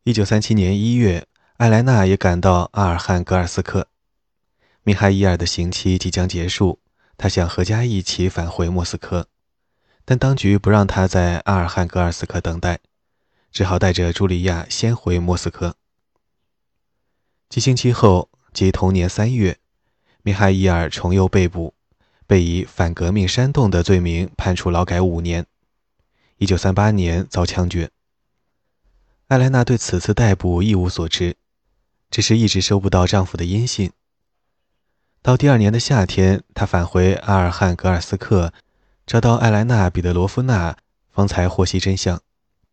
1937年1月，艾莱娜也赶到阿尔汉格尔斯克。米哈伊尔的刑期即将结束，他想和家一起返回莫斯科，但当局不让他在阿尔汉格尔斯克等待，只好带着茱莉亚先回莫斯科。几星期后，即同年3月，米哈伊尔重又被捕，被以反革命煽动的罪名判处劳改5年。1938年遭枪决。艾莱娜对此次逮捕一无所知，只是一直收不到丈夫的音信。到第2年的夏天，她返回阿尔汉格尔斯克，找到艾莱娜·彼得罗夫娜，方才获悉真相。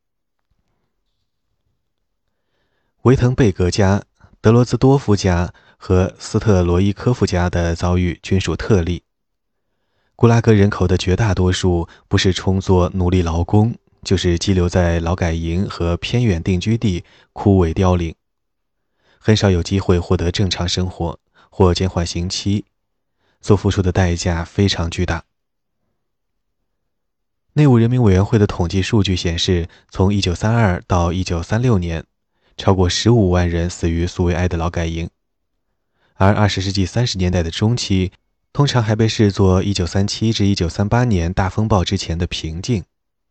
维滕贝格家、德罗兹多夫家和斯特罗伊科夫家的遭遇均属特例。古拉格人口的绝大多数不是充作奴隶劳工，就是羁留在劳改营和偏远定居地，枯萎凋零，很少有机会获得正常生活或减缓刑期，所付出的代价非常巨大。内务人民委员会的统计数据显示，从1932到1936年，超过15万人死于苏维埃的劳改营，而20世纪30年代的中期，通常还被视作1937至1938年大风暴之前的平静。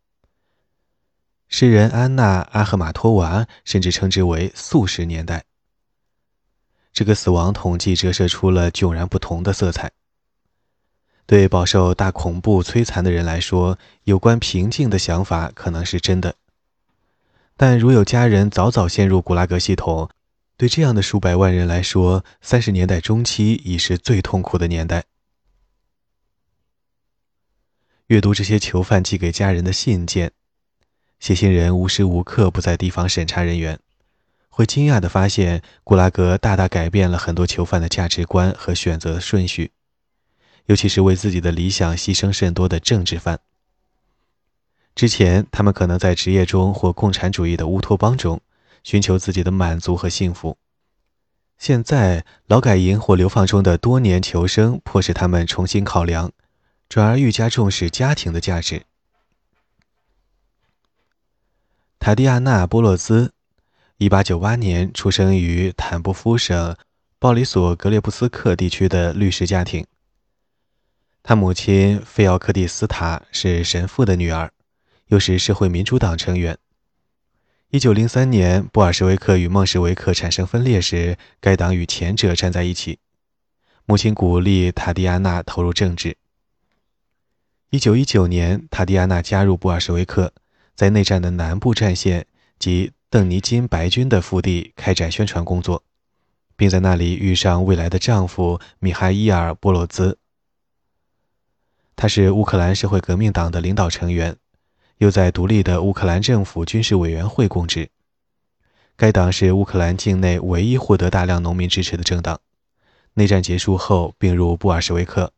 诗人安娜·阿赫马托娃甚至称之为素食年代。这个死亡统计折射出了迥然不同的色彩。对饱受大恐怖摧残的人来说，有关平静的想法可能是真的，但如有家人早早陷入古拉格系统，对这样的数百万人来说，30年代中期已是最痛苦的年代。阅读这些囚犯寄给家人的信件，写信人无时无刻不在提防审查人员，会惊讶地发现古拉格大大改变了很多囚犯的价值观和选择顺序，尤其是为自己的理想牺牲甚多的政治犯。之前他们可能在职业中或共产主义的乌托邦中寻求自己的满足和幸福，现在劳改营或流放中的多年囚生迫使他们重新考量，转而愈加重视家庭的价值。塔蒂亚娜·波洛兹1898年出生于坦波夫省鲍里索格列布斯克地区的律师家庭。他母亲费奥克蒂斯塔是神父的女儿，又是社会民主党成员。1903年，布尔什维克与孟什维克产生分裂时，该党与前者站在一起。母亲鼓励塔蒂亚娜投入政治。1919年，塔蒂亚娜加入布尔什维克，在内战的南部战线及邓尼金白军的腹地开展宣传工作，并在那里遇上未来的丈夫米哈伊尔·波洛兹。他是乌克兰社会革命党的领导成员，又在独立的乌克兰政府军事委员会供职。该党是乌克兰境内唯一获得大量农民支持的政党。内战结束后并入布尔什维克。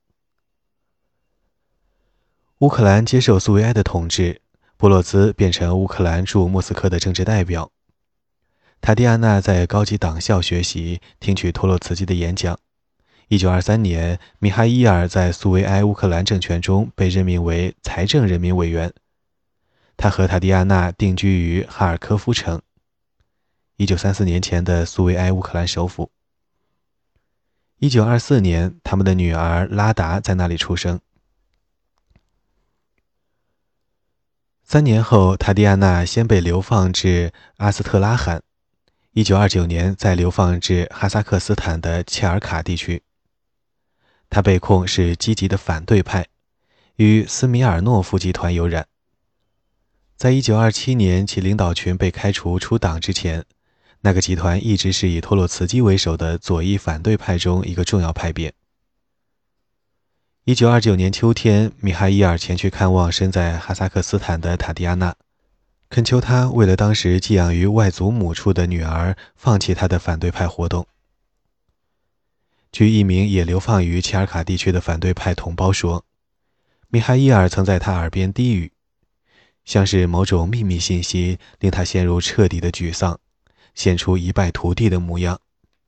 乌克兰接受苏维埃的统治，波洛兹变成乌克兰驻莫斯科的政治代表。塔蒂亚娜在高级党校学习，听取托洛茨基的演讲。1923年，米哈伊尔在苏维埃乌克兰政权中被任命为财政人民委员。他和塔蒂亚娜定居于哈尔科夫城，1934年前的苏维埃乌克兰首府。1924年，他们的女儿拉达在那里出生。3年后，塔蒂亚娜先被流放至阿斯特拉罕，1929年再流放至哈萨克斯坦的切尔卡地区。他被控是积极的反对派，与斯米尔诺夫集团有染。在1927年其领导群被开除出党之前，那个集团一直是以托洛茨基为首的左翼反对派中一个重要派别。1929年秋天，米哈伊尔前去看望身在哈萨克斯坦的塔蒂亚娜，恳求她为了当时寄养于外祖母处的女儿，放弃她的反对派活动。据一名也流放于切尔卡地区的反对派同胞说，米哈伊尔曾在他耳边低语，像是某种秘密信息令他陷入彻底的沮丧，显出一败涂地的模样。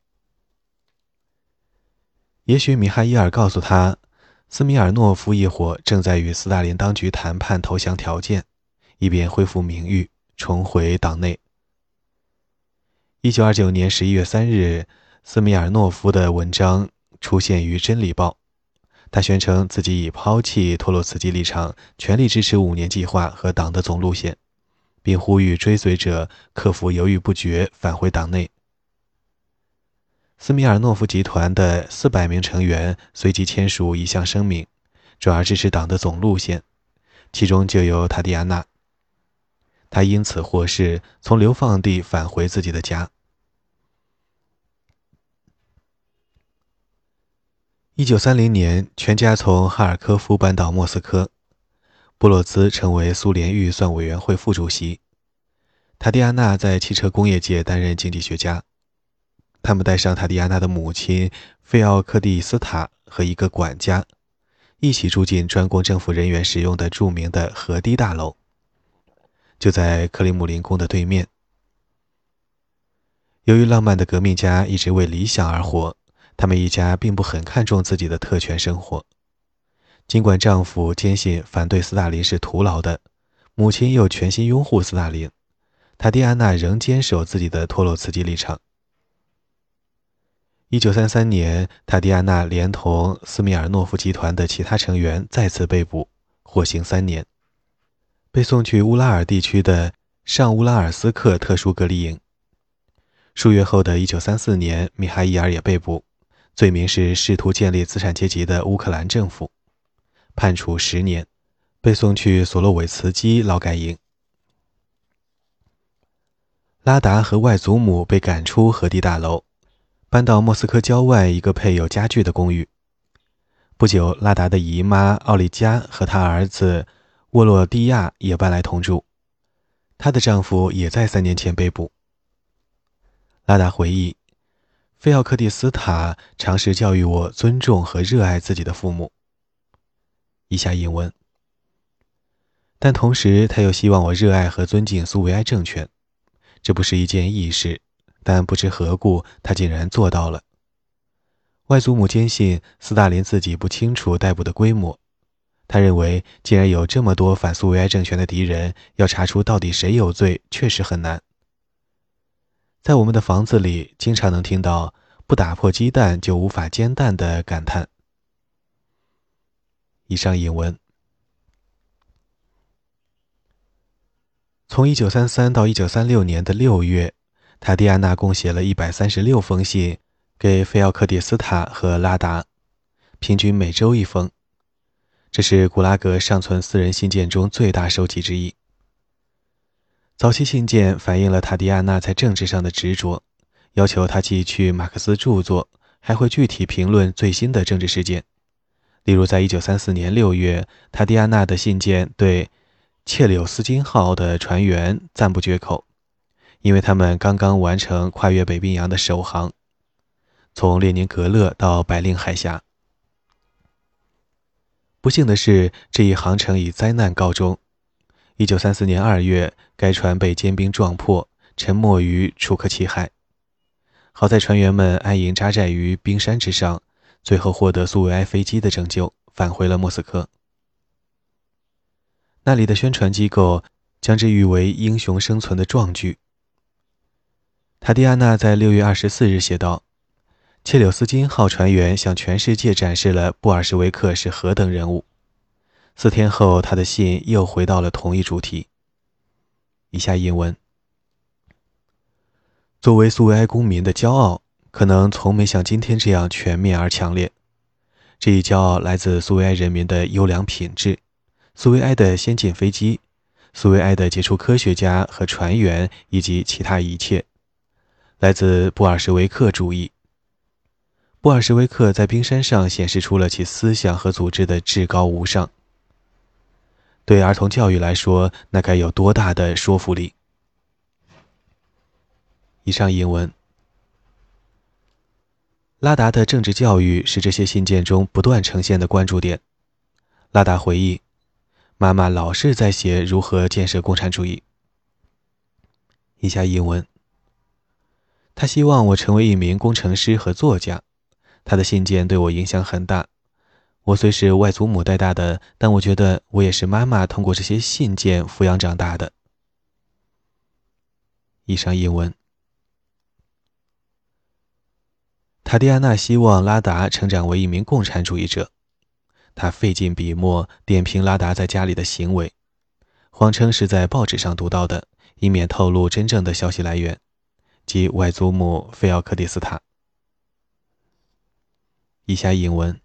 也许米哈伊尔告诉他，斯米尔诺夫一伙正在与斯大林当局谈判投降条件，以便恢复名誉，重回党内。 1929年11月3日，斯米尔诺夫的文章出现于《真理报》。他宣称自己已抛弃托洛茨基立场，全力支持5年计划和党的总路线，并呼吁追随者克服犹豫不决，返回党内。斯米尔诺夫集团的400名成员随即签署一项声明，转而支持党的总路线，其中就有塔蒂安娜。他因此获释，从流放地返回自己的家。1930年，全家从哈尔科夫搬到莫斯科，布洛兹成为苏联预算委员会副主席。塔蒂安娜在汽车工业界担任经济学家。他们带上塔蒂安娜的母亲费奥克蒂斯塔和一个管家，一起住进专供政府人员使用的著名的河堤大楼，就在克里姆林宫的对面。由于浪漫的革命家一直为理想而活，他们一家并不很看重自己的特权生活。尽管丈夫坚信反对斯大林是徒劳的，母亲又全心拥护斯大林，塔蒂安娜仍坚守自己的托洛茨基立场。1933年，塔蒂安娜连同斯米尔诺夫集团的其他成员再次被捕，获刑3年，被送去乌拉尔地区的上乌拉尔斯克特殊隔离营。数月后的1934年，米哈伊尔也被捕，罪名是试图建立资产阶级的乌克兰政府，判处10年，被送去索洛韦茨基劳改营。拉达和外祖母被赶出河堤大楼，搬到莫斯科郊外一个配有家具的公寓。不久，拉达的姨妈奥利加和她儿子沃洛蒂亚也搬来同住，她的丈夫也在3年前被捕。拉达回忆，菲奥克蒂斯塔尝试教育我尊重和热爱自己的父母。以下引文。但同时他又希望我热爱和尊敬苏维埃政权，这不是一件易事，但不知何故他竟然做到了。外祖母坚信斯大林自己不清楚逮捕的规模，他认为既然有这么多反苏维埃政权的敌人，要查出到底谁有罪确实很难。在我们的房子里经常能听到不打破鸡蛋就无法煎蛋的感叹。以上引文。从1933到1936年的6月，塔蒂安娜共写了136封信给菲奥克蒂斯塔和拉达，平均每周1封。这是古拉格尚存私人信件中最大收集之一。早期信件反映了塔蒂安娜在政治上的执着，要求她寄去马克思著作，还会具体评论最新的政治事件。例如在1934年6月，塔蒂安娜的信件对切柳斯金号的船员赞不绝口，因为他们刚刚完成跨越北冰洋的首航，从列宁格勒到白令海峡。不幸的是，这一航程以灾难告终。1934年2月，该船被坚冰撞破，沉没于楚克奇海。好在船员们安营扎寨于冰山之上，最后获得苏维埃飞机的拯救，返回了莫斯科。那里的宣传机构将之誉为英雄生存的壮举。塔蒂安娜在6月24日写道：切柳斯金号船员向全世界展示了布尔什维克是何等人物。4天后，他的信又回到了同一主题。以下引文。作为苏维埃公民的骄傲，可能从没像今天这样全面而强烈。这一骄傲来自苏维埃人民的优良品质，苏维埃的先进飞机，苏维埃的杰出科学家和船员以及其他一切，来自布尔什维克主义。布尔什维克在冰山上显示出了其思想和组织的至高无上。对儿童教育来说，那该有多大的说服力。以上引文。拉达的政治教育是这些信件中不断呈现的关注点。拉达回忆，妈妈老是在写如何建设共产主义。以下引文。他希望我成为一名工程师和作家，他的信件对我影响很大。我虽是外祖母带大的，但我觉得我也是妈妈通过这些信件抚养长大的。以上引文。 塔蒂安娜希望拉达成长为一名共产主义者，她费尽笔墨点评拉达在家里的行为，谎称是在报纸上读到的，以免透露真正的消息来源，即外祖母菲奥克蒂斯塔。以下引文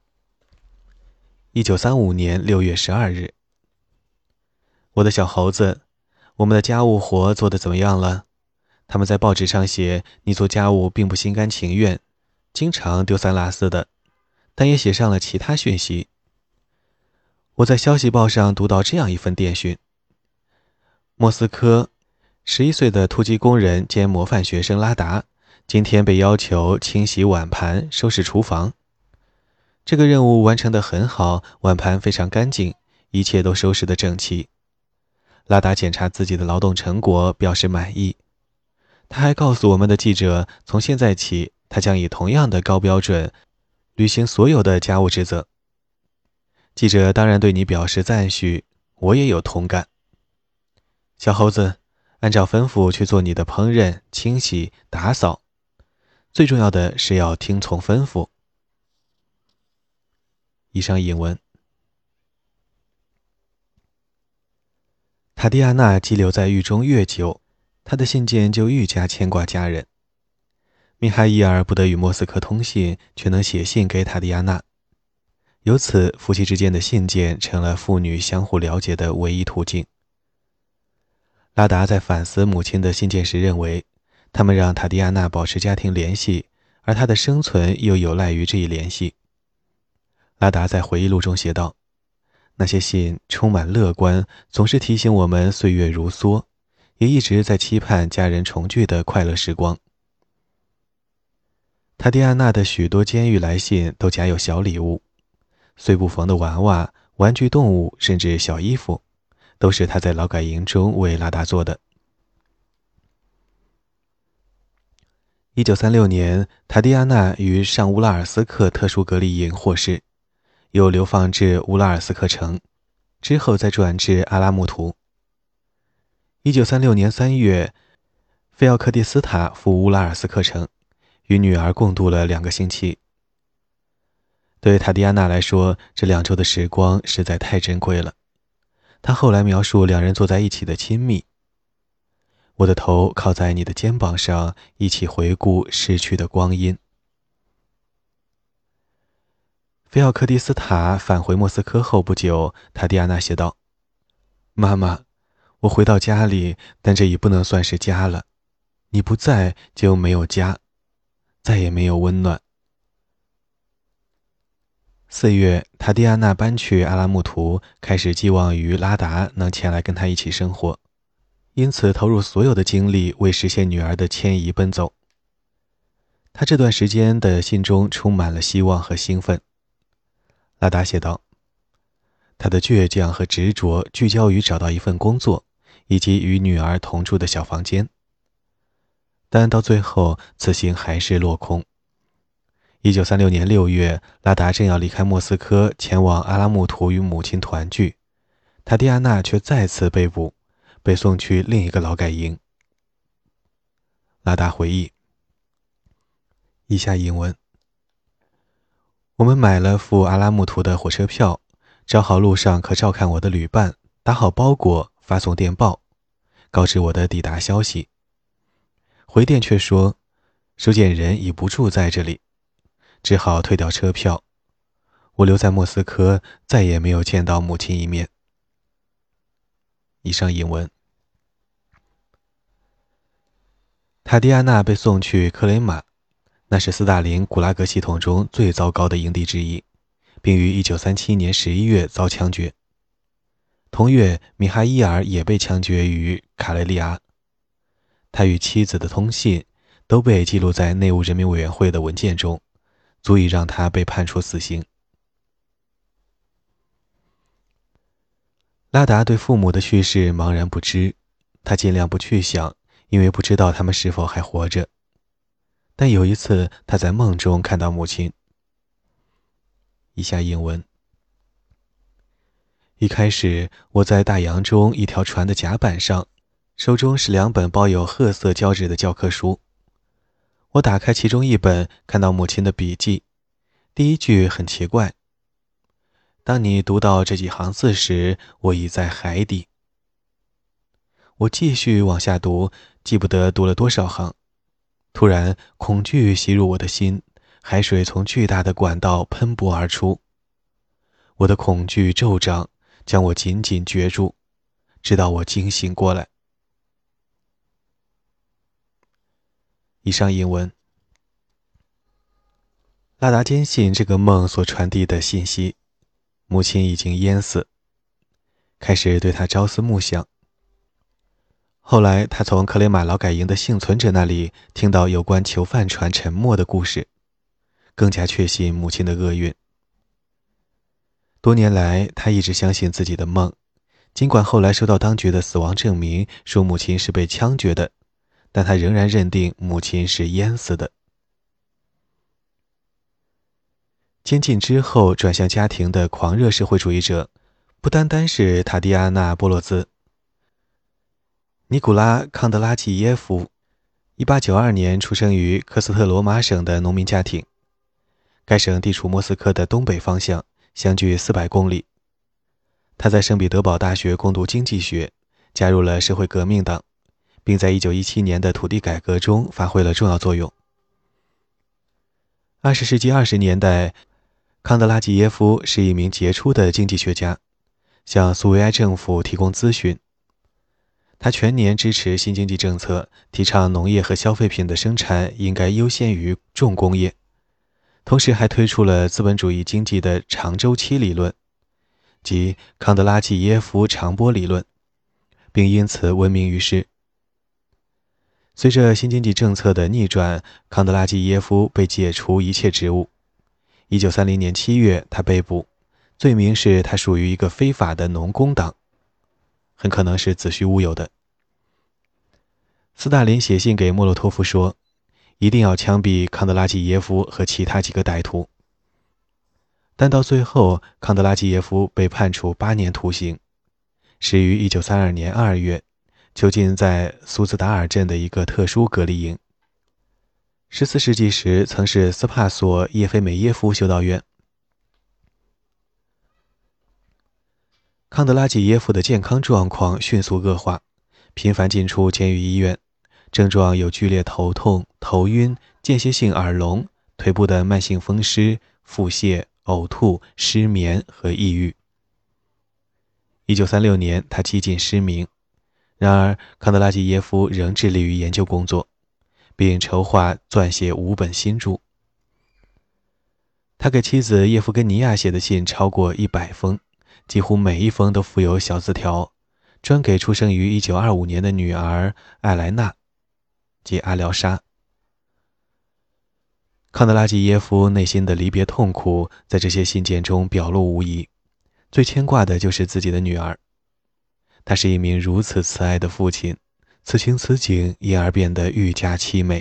：1935年6月12日，我的小猴子，我们的家务活做得怎么样了？他们在报纸上写你做家务并不心甘情愿，经常丢三落四的，但也写上了其他讯息。我在消息报上读到这样一份电讯：莫斯科11岁的突击工人兼模范学生拉达，今天被要求清洗碗盘、收拾厨房。这个任务完成得很好，碗盘非常干净，一切都收拾得整齐。拉达检查自己的劳动成果，表示满意。他还告诉我们的记者，从现在起，他将以同样的高标准履行所有的家务职责。记者当然对你表示赞许，我也有同感。小猴子，按照吩咐去做你的烹饪、清洗、打扫。最重要的是要听从吩咐。以上引文。塔蒂安娜寄留在狱中越久，她的信件就愈加牵挂家人。米哈伊尔不得与莫斯科通信，却能写信给塔蒂安娜，由此夫妻之间的信件成了父女相互了解的唯一途径。拉达在反思母亲的信件时认为，他们让塔蒂安娜保持家庭联系，而她的生存又有赖于这一联系。拉达在回忆录中写道，那些信充满乐观，总是提醒我们岁月如梭，也一直在期盼家人重聚的快乐时光。塔蒂安娜的许多监狱来信都夹有小礼物，碎不缝的娃娃、玩具动物，甚至小衣服，都是她在劳改营中为拉达做的。1936年，塔蒂安娜于上乌拉尔斯克特殊隔离营获释，又流放至乌拉尔斯克城，之后再转至阿拉木图。1936年3月，费奥克蒂斯塔赴乌拉尔斯克城，与女儿共度了2个星期。对塔蒂安娜来说，这2周的时光实在太珍贵了。她后来描述2人坐在一起的亲密。我的头靠在你的肩膀上，一起回顾逝去的光阴。菲奥克蒂斯塔返回莫斯科后不久，塔蒂安娜写道：妈妈，我回到家里，但这已不能算是家了。你不在，就没有家，再也没有温暖。4月，塔蒂安娜搬去阿拉木图，开始寄望于拉达能前来跟她一起生活，因此投入所有的精力为实现女儿的迁移奔走。她这段时间的信中充满了希望和兴奋。拉达写道，他的倔强和执着聚焦于找到一份工作，以及与女儿同住的小房间。但到最后，此行还是落空。1936年6月，拉达正要离开莫斯科，前往阿拉木图与母亲团聚，塔蒂安娜却再次被捕，被送去另一个劳改营。拉达回忆，以下引文：我们买了赴阿拉木图的火车票，找好路上可照看我的旅伴，打好包裹，发送电报，告知我的抵达消息。回电却说，收件人已不住在这里，只好退掉车票。我留在莫斯科，再也没有见到母亲一面。以上引文。塔蒂安娜被送去克雷马，那是斯大林古拉格系统中最糟糕的营地之一，并于1937年11月遭枪决。同月，米哈伊尔也被枪决于卡雷利亚。他与妻子的通信都被记录在内务人民委员会的文件中，足以让他被判处死刑。拉达对父母的去世茫然不知，他尽量不去想，因为不知道他们是否还活着。但有一次，他在梦中看到母亲。以下引文：一开始，我在大洋中一条船的甲板上，手中是2本包有褐色胶纸的教科书。 我打开其中一本，看到母亲的笔记。第一句很奇怪：当你读到这几行字时，我已在海底。我继续往下读，记不得读了多少行。突然，恐惧袭入我的心，海水从巨大的管道喷薄而出。我的恐惧骤涨，将我紧紧攫住，直到我惊醒过来。以上引文。拉达坚信这个梦所传递的信息：母亲已经淹死，开始对他朝思暮想。后来他从克雷马劳改营的幸存者那里听到有关囚犯船沉没的故事，更加确信母亲的厄运。多年来他一直相信自己的梦，尽管后来收到当局的死亡证明说母亲是被枪决的，但他仍然认定母亲是淹死的。监禁之后转向家庭的狂热社会主义者不单单是塔蒂亚娜·波洛兹。尼古拉·康德拉季耶夫1892年出生于科斯特罗马省的农民家庭，该省地处莫斯科的东北方向，相距400公里。他在圣彼得堡大学攻读经济学，加入了社会革命党，并在1917年的土地改革中发挥了重要作用。20世纪20年代，康德拉季耶夫是一名杰出的经济学家，向苏维埃政府提供咨询。他全年支持新经济政策，提倡农业和消费品的生产应该优先于重工业，同时还推出了资本主义经济的长周期理论，即康德拉季耶夫长波理论，并因此闻名于世。随着新经济政策的逆转，康德拉季耶夫被解除一切职务。1930年7月，他被捕，罪名是他属于一个非法的农工党，很可能是子虚乌有的。斯大林写信给莫洛托夫说，一定要枪毙康德拉季耶夫和其他几个歹徒。但到最后，康德拉季耶夫被判处8年徒刑，始于1932年2月，囚禁在苏兹达尔镇的一个特殊隔离营。14世纪时曾是斯帕索叶菲梅耶夫修道院。康德拉季耶夫的健康状况迅速恶化，频繁进出监狱医院，症状有剧烈头痛、头晕、间歇性耳聋、腿部的慢性风湿、腹泻、呕吐、失眠和抑郁。1936年，他几近失明。然而，康德拉季耶夫仍致力于研究工作，并筹划撰写5本新著。他给妻子叶夫根尼亚写的信超过100封，几乎每一封都附有小字条，专给出生于1925年的女儿艾莱娜，即阿廖沙。康德拉季耶夫内心的离别痛苦在这些信件中表露无遗，最牵挂的就是自己的女儿。他是一名如此慈爱的父亲，此情此景因而变得愈加凄美。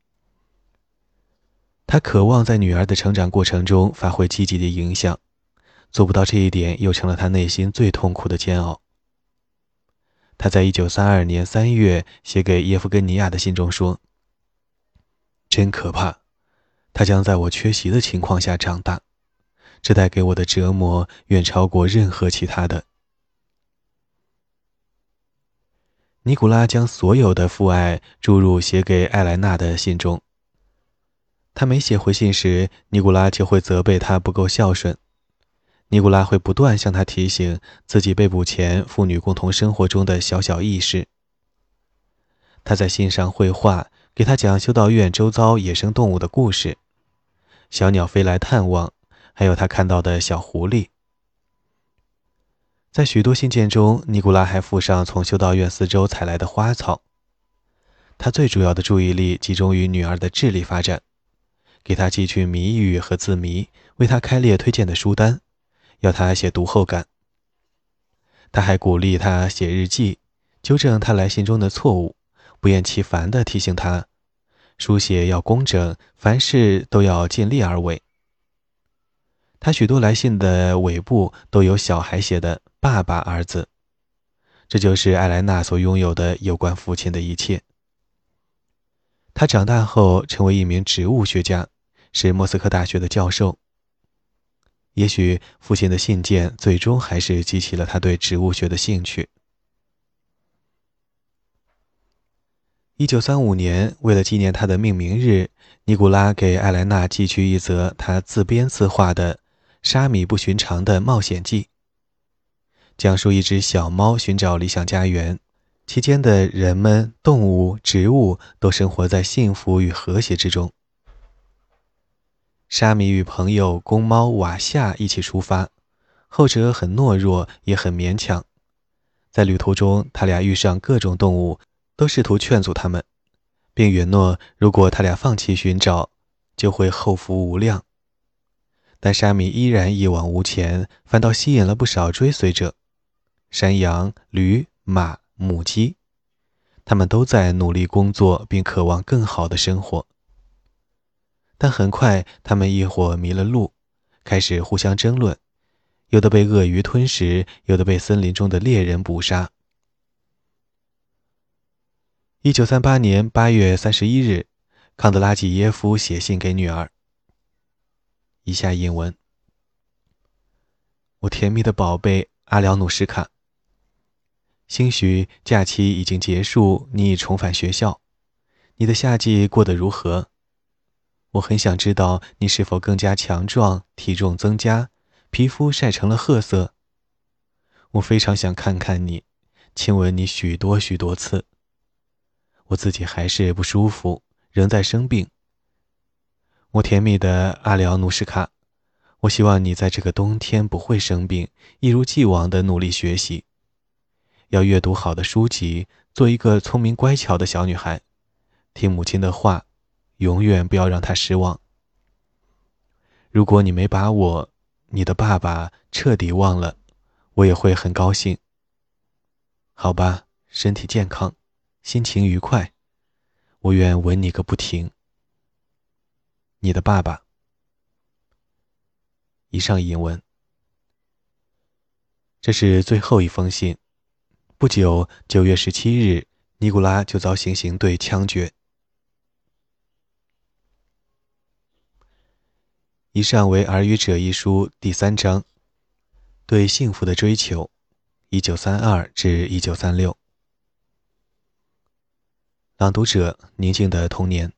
他渴望在女儿的成长过程中发挥积极的影响，做不到这一点又成了他内心最痛苦的煎熬。他在1932年3月写给叶夫根尼亚的信中说，真可怕，他将在我缺席的情况下长大，这带给我的折磨远超过任何其他的。尼古拉将所有的父爱注入写给艾莱娜的信中。他每写回信时，尼古拉就会责备他不够孝顺。尼古拉会不断向他提醒自己被捕前父女共同生活中的小小轶事。他在信上绘画，给他讲修道院周遭野生动物的故事，小鸟飞来探望，还有他看到的小狐狸。在许多信件中，尼古拉还附上从修道院四周采来的花草。他最主要的注意力集中于女儿的智力发展，给她寄去谜语和字谜，为她开列推荐的书单，要她写读后感。他还鼓励她写日记，纠正她来信中的错误，不厌其烦地提醒她，书写要工整，凡事都要尽力而为。他许多来信的尾部都有小孩写的爸爸儿子，这就是艾莱娜所拥有的有关父亲的一切。 他长大后成为一名植物学家，是莫斯科大学的教授。也许父亲的信件最终还是激起了他对植物学的兴趣。1935年，为了纪念他的命名日，尼古拉给艾莱娜寄去一则他自编自画的《沙米不寻常的冒险记》，讲述一只小猫寻找理想家园，期间的人们、动物、植物都生活在幸福与和谐之中。沙米与朋友公猫瓦夏一起出发，后者很懦弱，也很勉强。在旅途中，他俩遇上各种动物，都试图劝阻他们，并允诺如果他俩放弃寻找，就会后福无量。但沙米依然一往无前，反倒吸引了不少追随者：山羊、驴、马、母鸡，他们都在努力工作，并渴望更好的生活。但很快，他们一伙迷了路，开始互相争论，有的被鳄鱼吞食，有的被森林中的猎人捕杀。1938年8月31日，康德拉季耶夫写信给女儿。以下引文：我甜蜜的宝贝阿廖努什卡，兴许假期已经结束，你已重返学校，你的夏季过得如何？我很想知道你是否更加强壮，体重增加，皮肤晒成了褐色。我非常想看看你，亲吻你许多许多次。我自己还是不舒服，仍在生病。我甜蜜的阿廖努什卡，我希望你在这个冬天不会生病，一如既往地努力学习，要阅读好的书籍，做一个聪明乖巧的小女孩，听母亲的话，永远不要让她失望。如果你没把我，你的爸爸彻底忘了，我也会很高兴。好吧，身体健康，心情愉快，我愿吻你个不停。你的爸爸。以上引文。这是最后一封信。不久，9月17日，尼古拉就遭行刑队枪决。以上为《耳语者》一书第3章，对幸福的追求，1932至1936。朗读者：宁静的童年。